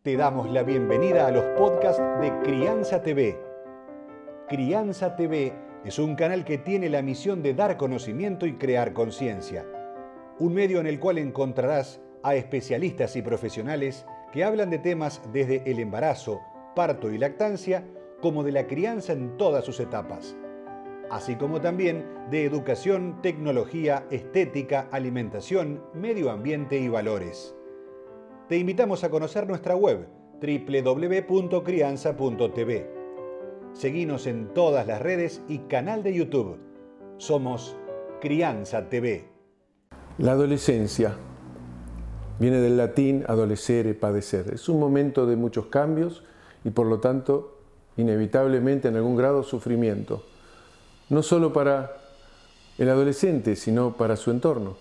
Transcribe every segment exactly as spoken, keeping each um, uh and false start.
Te damos la bienvenida a los podcasts de Crianza T V. Crianza T V es un canal que tiene la misión de dar conocimiento y crear conciencia. Un medio en el cual encontrarás a especialistas y profesionales que hablan de temas desde el embarazo, parto y lactancia, como de la crianza en todas sus etapas, así como también de educación, tecnología, estética, alimentación, medio ambiente y valores. Te invitamos a conocer nuestra web doble u doble u doble u punto crianza punto t v. Seguinos en todas las redes y canal de YouTube. Somos Crianza T V. La adolescencia viene del latín adolescere, padecer. Es un momento de muchos cambios y por lo tanto, inevitablemente en algún grado, sufrimiento. No solo para el adolescente, sino para su entorno.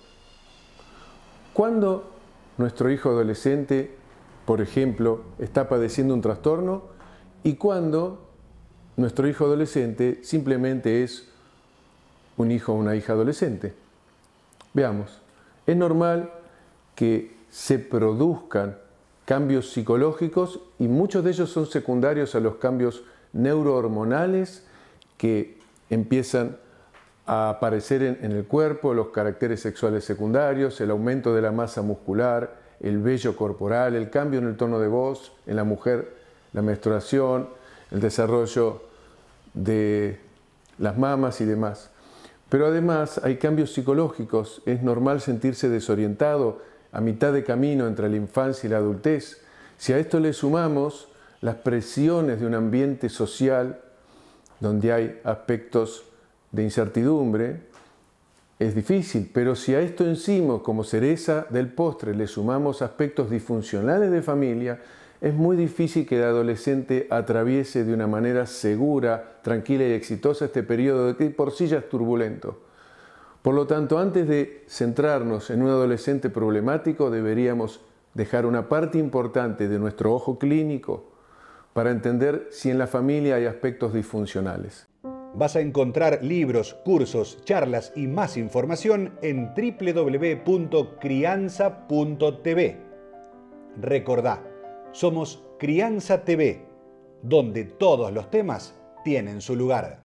¿Cuándo nuestro hijo adolescente, por ejemplo, está padeciendo un trastorno y cuándo nuestro hijo adolescente simplemente es un hijo o una hija adolescente? Veamos, es normal que se produzcan cambios psicológicos y muchos de ellos son secundarios a los cambios neurohormonales que empiezan a aparecer en, en el cuerpo, los caracteres sexuales secundarios, el aumento de la masa muscular, el vello corporal, el cambio en el tono de voz, en la mujer, la menstruación, el desarrollo de las mamas y demás. Pero además hay cambios psicológicos, es normal sentirse desorientado a mitad de camino entre la infancia y la adultez. Si a esto le sumamos las presiones de un ambiente social donde hay aspectos de incertidumbre, es difícil, pero si a esto encima, como cereza del postre, le sumamos aspectos disfuncionales de familia, es muy difícil que el adolescente atraviese de una manera segura, tranquila y exitosa este periodo que por sí ya es turbulento. Por lo tanto, antes de centrarnos en un adolescente problemático, deberíamos dejar una parte importante de nuestro ojo clínico para entender si en la familia hay aspectos disfuncionales. Vas a encontrar libros, cursos, charlas y más información en doble u doble u doble u punto crianza punto t v. Recordá, somos Crianza T V, donde todos los temas tienen su lugar.